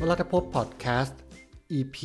รัตภพพอดแคสต์ EP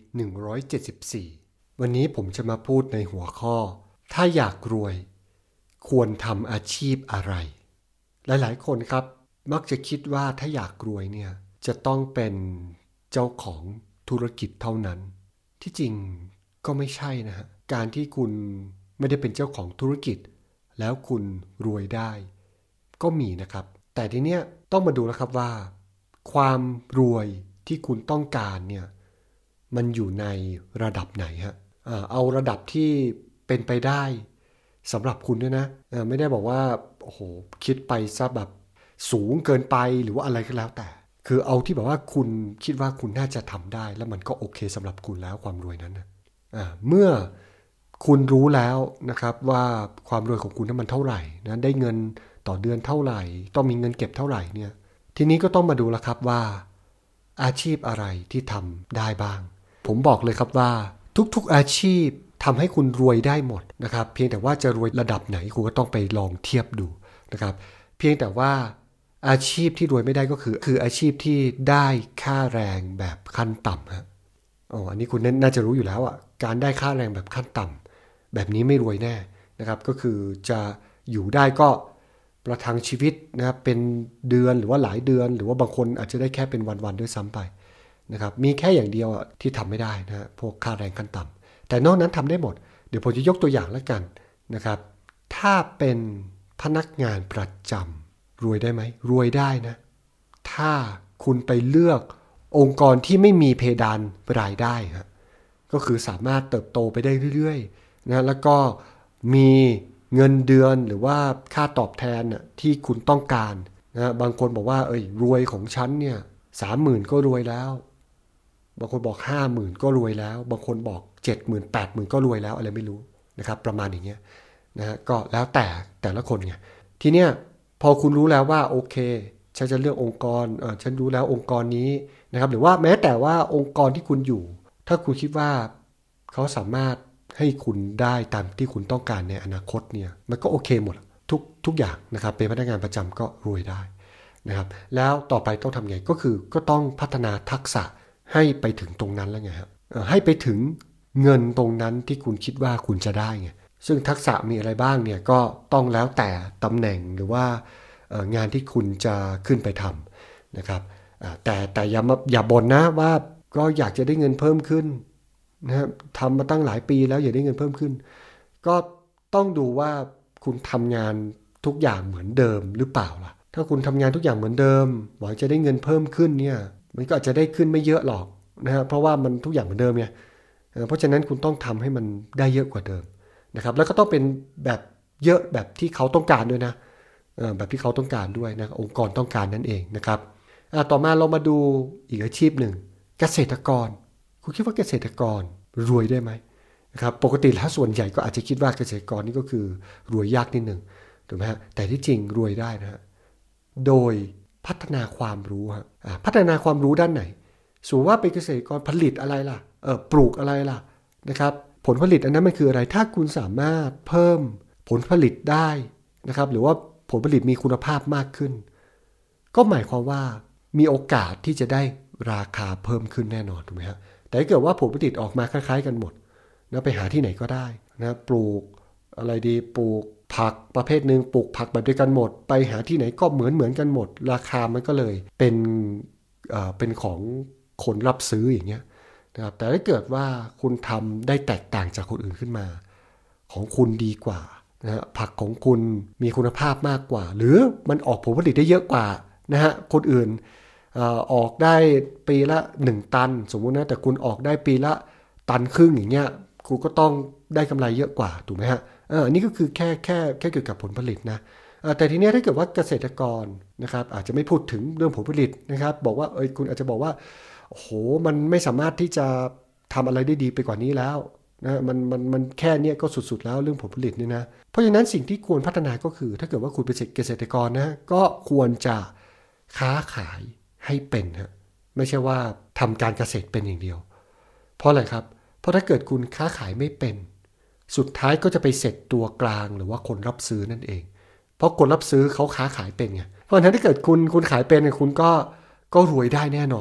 174วันนี้ผมจะมาพูดในหัวข้อถ้าอยากรวยควรทำอาชีพอะไรหลายๆคนครับมักจะคิดว่าถ้าอยากรวยเนี่ยจะต้องเป็นเจ้าของธุรกิจเท่านั้นที่จริงก็ไม่ใช่นะฮะการที่คุณไม่ได้เป็นเจ้าของธุรกิจแล้วคุณรวยได้ก็มีนะครับแต่ทีเนี้ยต้องมาดูแล้วครับว่าความรวยที่คุณต้องการเนี่ยมันอยู่ในระดับไหนฮะเอาระดับที่เป็นไปได้สำหรับคุณด้วยนะไม่ได้บอกว่าโอ้โหคิดไปซะแบบสูงเกินไปหรือว่าอะไรก็แล้วแต่คือเอาที่แบบว่าคุณคิดว่าคุณน่าจะทำได้แล้วมันก็โอเคสำหรับคุณแล้วความรวยนั้นนะเมื่อคุณรู้แล้วนะครับว่าความรวยของคุณนั้นมันเท่าไหร่นะได้เงินต่อเดือนเท่าไหร่ต้องมีเงินเก็บเท่าไหร่เนี่ยทีนี้ก็ต้องมาดูแล้วครับว่าอาชีพอะไรที่ทำได้บ้างผมบอกเลยครับว่าทุกๆอาชีพทำให้คุณรวยได้หมดนะครับเพียงแต่ว่าจะรวยระดับไหนคุณก็ต้องไปลองเทียบดูนะครับเพียงแต่ว่าอาชีพที่รวยไม่ได้ก็คืออาชีพที่ได้ค่าแรงแบบขั้นต่ำฮะอันนี้คุณน่าจะรู้อยู่แล้วอ่ะการได้ค่าแรงแบบขั้นต่ำแบบนี้ไม่รวยแน่นะครับก็คือจะอยู่ได้ก็ประทังชีวิตนะครับเป็นเดือนหรือว่าหลายเดือนหรือว่าบางคนอาจจะได้แค่เป็นวันๆด้วยซ้ำไปนะครับมีแค่อย่างเดียวที่ทำไม่ได้นะพวกค่าแรงขั้นต่ำแต่นอกนั้นทำได้หมดเดี๋ยวผมจะยกตัวอย่างแล้วกันนะครับถ้าเป็นพนักงานประจำรวยได้ไหมรวยได้นะถ้าคุณไปเลือกองค์กรที่ไม่มีเพดานรายได้ครับก็คือสามารถเติบโตไปได้เรื่อยๆนะแล้วก็มีเงินเดือนหรือว่าค่าตอบแทนที่คุณต้องการนะบางคนบอกว่ารวยของฉันเนี่ย 30,000 ก็รวยแล้วบางคนบอก 50,000 ก็รวยแล้วบางคนบอก 70,000 80,000 ก็รวยแล้วอะไรไม่รู้นะครับประมาณอย่างเงี้ยนะฮะก็แล้วแต่ละคนไงทีเนี้ยพอคุณรู้แล้วว่าโอเคฉันจะเลือกองค์กรฉันรู้แล้วองค์กรนี้นะครับหรือว่าแม้แต่ว่าองค์กรที่คุณอยู่ถ้าคุณคิดว่าเขาสามารถให้คุณได้ตามที่คุณต้องการในอนาคตเนี่ยมันก็โอเคหมดทุกอย่างนะครับเป็นพนักงานประจำก็รวยได้นะครับแล้วต่อไปต้องทำไงก็ต้องพัฒนาทักษะให้ไปถึงตรงนั้นแล้วไงครับให้ไปถึงเงินตรงนั้นที่คุณคิดว่าคุณจะได้ไงซึ่งทักษะมีอะไรบ้างเนี่ยก็ต้องแล้วแต่ตำแหน่งหรือว่างานที่คุณจะขึ้นไปทำนะครับแต่อย่าบ่นนะว่าก็อยากจะได้เงินเพิ่มขึ้นนะทำมาตั้งหลายปีแล้วอยากได้เงินเพิ่มขึ้นก็ต้องดูว่าคุณทำงานทุกอย่างเหมือนเดิมหรือเปล่าล่ะถ้าคุณทำงานทุกอย่างเหมือนเดิมหวังจะได้เงินเพิ่มขึ้นเนี่ยมันก็อาจจะได้ขึ้นไม่เยอะหรอกนะฮะเพราะว่ามันทุกอย่างเหมือนเดิมไงเพราะฉะนั้นคุณต้องทำให้มันได้เยอะกว่าเดิมนะครับแล้วก็ต้องเป็นแบบเยอะแบบที่เขาต้องการด้วยนะแบบที่เขาต้องการด้วยนะองค์กรต้องการนั่นเองนะครับต่อมาเรามาดูอีกอาชีพหนึ่งเกษตรกรคุณคิดว่าเกษตรกรรวยได้ไหมนะครับปกติแล้วส่วนใหญ่ก็อาจจะคิดว่าเกษตรกรนี่ก็คือรวยยากนิดหนึ่งถูกไหมฮะแต่ที่จริงรวยได้นะฮะโดยพัฒนาความรู้ฮะพัฒนาความรู้ด้านไหนสมมติว่าเป็นเกษตรกรผลิตอะไรล่ะปลูกอะไรล่ะนะครับผลผลิตอันนั้นมันคืออะไรถ้าคุณสามารถเพิ่มผลผลิตได้นะครับหรือว่าผลผลิตมีคุณภาพมากขึ้นก็หมายความว่ามีโอกาสที่จะได้ราคาเพิ่มขึ้นแน่นอนถูกไหมฮะแต่ถ้าเกิดว่าผลผลิตออกมาคล้ายๆกันหมดนะไปหาที่ไหนก็ได้นะปลูกอะไรดีปลูกผักประเภทหนึ่งปลูกผักแบบเดียวกันหมดไปหาที่ไหนก็เหมือนกันหมดราคามันก็เลยเป็นของคนรับซื้ออย่างเงี้ยนะครับแต่ถ้าเกิดว่าคุณทำได้แตกต่างจากคนอื่นขึ้นมาของคุณดีกว่านะฮะผักของคุณมีคุณภาพมากกว่าหรือมันออกผลผลิตได้เยอะกว่านะฮะคนอื่นออกได้ปีละ1 ตันสมมุตินะแต่คุณออกได้ปีละ1.5 ตันอย่างเงี้ยคุณก็ต้องได้กำไรเยอะกว่าถูกไหมฮะอันนี้ก็คือแค่เกี่ยวกับผลผลิตนะแต่ทีนี้ถ้าเกิดว่าเกษตรกรนะครับอาจจะไม่พูดถึงเรื่องผลผลิตนะครับบอกว่าคุณอาจจะบอกว่าโอ้โหมันไม่สามารถที่จะทำอะไรได้ดีไปกว่านี้แล้วนะมันแค่นี้ก็สุดๆแล้วเรื่องผลผลิตนี่นะเพราะฉะนั้นสิ่งที่ควรพัฒนาก็คือถ้าเกิดว่าคุณเป็นเกษตรกรนะก็ควรจะค้าขายให้เป็นฮะไม่ใช่ว่าทำการเกษตรเป็นอย่างเดียวเพราะอะไรครับเพราะถ้าเกิดคุณค้าขายไม่เป็นสุดท้ายก็จะไปเสร็จตัวกลางหรือว่าคนรับซื้อนั่นเองเพราะคนรับซื้อเขาค้าขายเป็นไงเพราะฉะนั้นถ้าเกิดคุณขายเป็นคุณก็รวยได้แน่นอน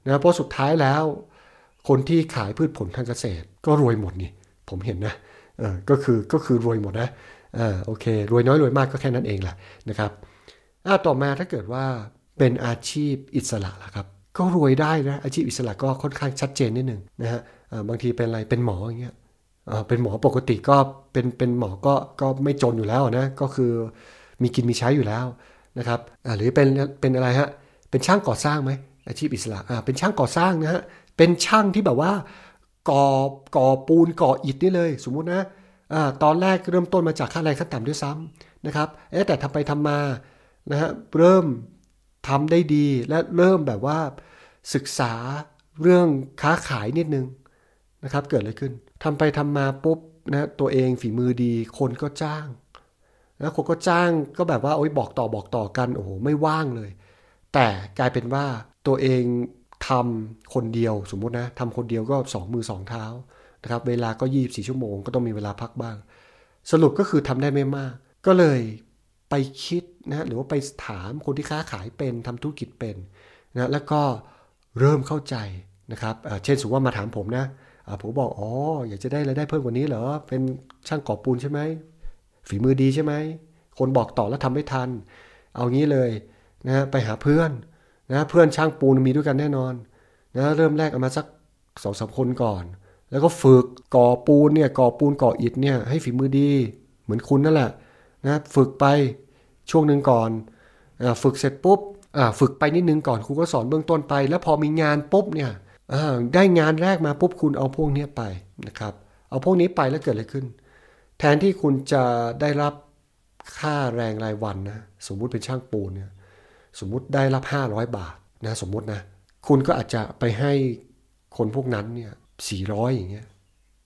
นะเพราะสุดท้ายแล้วคนที่ขายพืชผลทางเกษตรก็รวยหมดนี่ผมเห็นนะก็คือรวยหมดนะโอเครวยน้อยรวยมากก็แค่นั้นเองแหละนะครับต่อมาถ้าเกิดว่าเป็นอาชีพอิสระล่ะครับก็รวยได้นะอาชีพอิสระก็ค่อนข้างชัดเจนนิดนึงนะฮะบางทีเป็นอะไรเป็นหมออย่างเงี้ยเป็นหมอปกติก็เป็นหมอก็ไม่จนอยู่แล้วนะก็คือมีกินมีใช้อยู่แล้วนะครับหรือเป็นอะไรฮะเป็นช่างก่อสร้างไหมอาชีพอิสระเป็นช่างก่อสร้างนะฮะเป็นช่างที่แบบว่าก่อปูนก่ออิฐนี่เลยสมมุตินะตอนแรกเริ่มต้นมาจากค่าแรงขั้นต่ำด้วยซ้ำนะครับแต่ทำไปทำมานะฮะเริ่มทำได้ดีและเริ่มแบบว่าศึกษาเรื่องค้าขายนิดนึงนะครับเกิดอะไรขึ้นทำไปทำมาปุ๊บนะตัวเองฝีมือดีคนก็จ้างนะคนก็จ้างก็แบบว่าโอ๊ยบอกต่อกันโอ้โหไม่ว่างเลยแต่กลายเป็นว่าตัวเองทำคนเดียวสมมุตินะทำคนเดียวก็2 มือ 2 เท้านะครับเวลาก็24 ชั่วโมงก็ต้องมีเวลาพักบ้างสรุปก็คือทำได้ไม่มากก็เลยไปคิดนะหรือว่าไปถามคนที่ค้าขายเป็นทำธุรกิจเป็นนะแล้วก็เริ่มเข้าใจนะครับเช่นสมมติว่ามาถามผมนะผมบอกอยากจะได้รายได้เพิ่มกว่านี้เหรอเป็นช่างก่อปูนใช่ไหมฝีมือดีใช่ไหมคนบอกต่อแล้วทำไม่ทันเอางี้เลยนะไปหาเพื่อนนะเพื่อนช่างปูนมีด้วยกันแน่นอนนะเริ่มแรกเอามาสัก2-3 คนก่อนแล้วก็ฝึกก่อปูนก่ออิฐเนี่ยให้ฝีมือดีเหมือนคุณนั่นแหละนะฝึกไปช่วงหนึ่งก่อนฝึกเสร็จปุ๊บฝึกไปนิดนึงก่อนครูก็สอนเบื้องต้นไปแล้วพอมีงานปุ๊บเนี่ยได้งานแรกมาปุ๊บคุณเอาพวกนี้ไปนะครับเอาพวกนี้ไปแล้วเกิดอะไรขึ้นแทนที่คุณจะได้รับค่าแรงรายวันนะสมมุติเป็นช่างปูนเนี่ยสมมุติได้รับ500 บาทนะสมมุตินะคุณก็อาจจะไปให้คนพวกนั้นเนี่ย400อย่างเงี้ย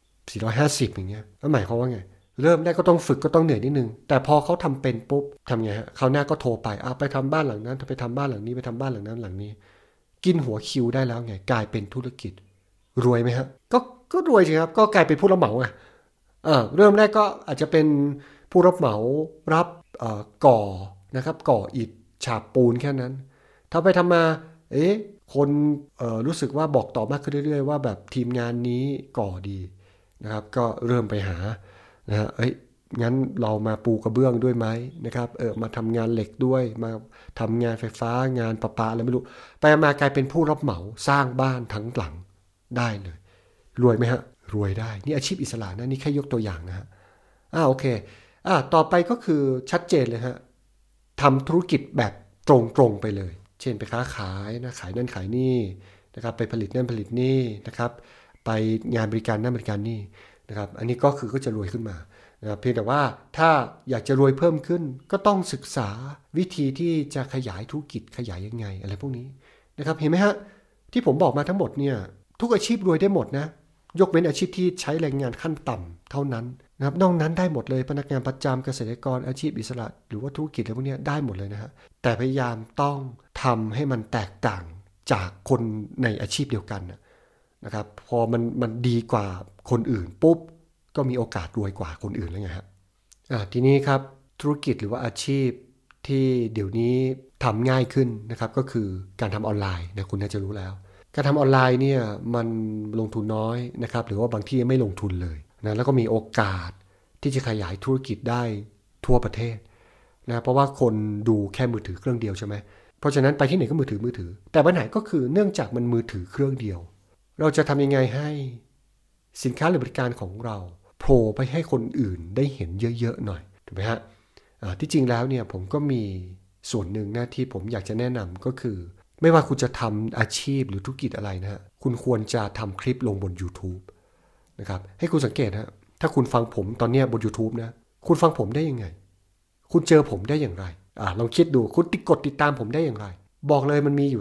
450อย่างเงี้ยแล้วหมายความว่าไงเริ่มได้ก็ต้องฝึกก็ต้องเหนื่อยนิดนึงแต่พอเขาทำเป็นปุ๊บทำไงฮะคราวหน้าก็โทรไปไปทำบ้านหลังนั้นไปทำบ้านหลังนี้ไปทำบ้านหลังนั้นหลังนี้กินหัวคิวได้แล้วไงกลายเป็นธุรกิจรวยไหมฮะก็รวยสิครับก็กลายเป็นผู้รับเหมาไงเริ่มแรกก็อาจจะเป็นผู้รับเหมารับก่อนะครับก่ออิฐฉาบปูนแค่นั้นทำไปทำมาคนรู้สึกว่าบอกต่อมากขึ้นเรื่อยๆว่าแบบทีมงานนี้ก่อดีนะครับก็เริ่มไปหานะฮะงั้นเรามาปูกระเบื้องด้วยไหมนะครับมาทำงานเหล็กด้วยมาทำงานไฟฟ้างานประปาอะไรไม่รู้ไปมากลายเป็นผู้รับเหมาสร้างบ้านทั้งหลังได้เลยรวยไหมฮะรวยได้นี่อาชีพอิสระนะนี่แค่ยกตัวอย่างนะฮะโอเคต่อไปก็คือชัดเจนเลยฮะทำธุรกิจแบบตรงๆไปเลยเช่นไปค้าขายนะขายนั่นขายนี่นะครับไปผลิตนั่นผลิตนี่นะครับไปงานบริการนั่นบริการนี่นะครับอันนี้ก็จะรวยขึ้นมาเพียงแต่ว่าถ้าอยากจะรวยเพิ่มขึ้นก็ต้องศึกษาวิธีที่จะขยายธุรกิจขยายยังไงอะไรพวกนี้นะครับเห็นไหมฮะที่ผมบอกมาทั้งหมดเนี่ยทุกอาชีพรวยได้หมดนะยกเว้นอาชีพที่ใช้แรงงานขั้นต่ำเท่านั้นนะครับนอกนั้นได้หมดเลยพนักงานประจำเกษตรกรอาชีพอิสระหรือว่าธุรกิจอะไรพวกนี้ได้หมดเลยนะฮะแต่พยายามต้องทำให้มันแตกต่างจากคนในอาชีพเดียวกันนะครับพอมันดีกว่าคนอื่นปุ๊บก็มีโอกาสรวยกว่าคนอื่นแล้วไงฮะทีนี้ครับธุรกิจหรือว่าอาชีพที่เดี๋ยวนี้ทำง่ายขึ้นนะครับก็คือการทำออนไลน์นะคุณน่าจะรู้แล้วการทำออนไลน์เนี่ยมันลงทุนน้อยนะครับหรือว่าบางที่ไม่ลงทุนเลยนะแล้วก็มีโอกาสที่จะขยายธุรกิจได้ทั่วประเทศนะเพราะว่าคนดูแค่มือถือเครื่องเดียวใช่ไหมเพราะฉะนั้นไปที่ไหนก็มือถือแต่ปัญหาก็คือเนื่องจากมันมือถือเครื่องเดียวเราจะทำยังไงให้สินค้าหรือบริการของเราโผล่ไปให้คนอื่นได้เห็นเยอะๆหน่อยถูกไหมฮะที่จริงแล้วเนี่ยผมก็มีส่วนหนึ่งนะที่ผมอยากจะแนะนำก็คือไม่ว่าคุณจะทำอาชีพหรือธุรกิจอะไรนะฮะคุณควรจะทำคลิปลงบน YouTube นะครับให้คุณสังเกตฮะถ้าคุณฟังผมตอนนี้บน YouTube นะคุณฟังผมได้ยังไงคุณเจอผมได้อย่างไรลองคิดดูคุณกดติดตามผมได้อย่างไรบอกเลยมันมีอยู่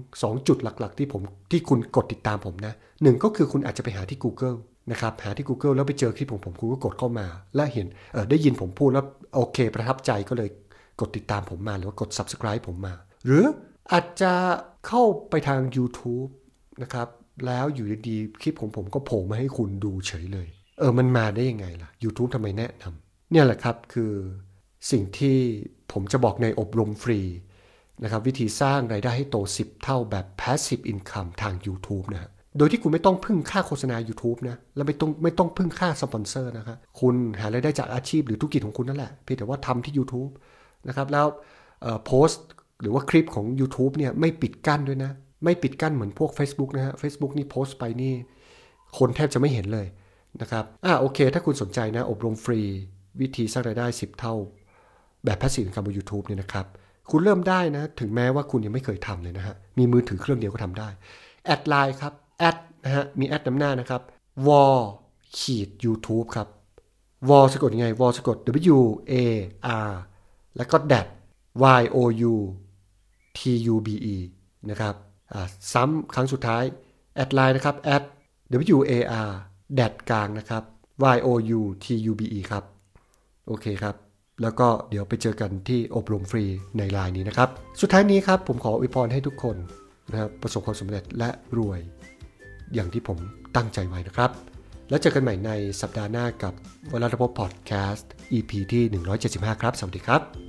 2จุดหลักๆที่คุณกดติดตามผมนะ1ก็คือคุณอาจจะไปหาที่ Google นะครับหาที่ Google แล้วไปเจอคลิปของผมคุณก็กดเข้ามาและเห็นได้ยินผมพูดแล้วโอเคประทับใจก็เลยกดติดตามผมมาหรือว่ากด Subscribe ผมมาหรืออาจจะเข้าไปทาง YouTube นะครับแล้วอยู่ดีๆคลิปของผมก็โผล่มาให้คุณดูเฉยเลยมันมาได้ยังไงล่ะ YouTube ทำไมแนะนำเนี่ยแหละครับคือสิ่งที่ผมจะบอกในอบรมฟรีนะครับวิธีสร้างรายได้ให้โต10เท่าแบบ passive income ทาง YouTube นะฮะโดยที่คุณไม่ต้องพึ่งค่าโฆษณา YouTube นะและไม่ต้องพึ่งค่าสปอนเซอร์นะครับคุณหารายได้จากอาชีพหรือธุรกิจของคุณนั่นแหละเพียงแต่ว่าทำที่ YouTube นะครับแล้วโพสต์หรือว่าคลิปของ YouTube เนี่ยไม่ปิดกั้นด้วยนะไม่ปิดกั้นเหมือนพวก Facebook นะฮะ Facebook นี่โพสต์ไปนี่คนแทบจะไม่เห็นเลยนะครับโอเคถ้าคุณสนใจนะอบรมฟรีวิธีสร้างรายได้10เท่าแบบ passive income บน YouTube เนี่ยนะครับคุณเริ่มได้นะถึงแม้ว่าคุณยังไม่เคยทำเลยนะฮะมีมือถือเครื่องเดียวก็ทำได้แอดไลน์ครับแอดนะฮะมีแอดนำหน้านะครับwar-youtube ครับ war สะกดยังไง war สะกด w a r แล้วก็ dat y o u t u b e นะครับซ้ำครั้งสุดท้ายแอดไลน์นะครับ w a r dat กลางนะครับ y o u t u b e ครับโอเคครับแล้วก็เดี๋ยวไปเจอกันที่อบรมฟรีในไลน์นี้นะครับสุดท้ายนี้ครับผมขออวยพรให้ทุกคนนะครับประสบความสำเร็จและรวยอย่างที่ผมตั้งใจไว้นะครับแล้วเจอกันใหม่ในสัปดาห์หน้ากับวรัตน์พอดแคสต์ EP ที่175ครับสวัสดีครับ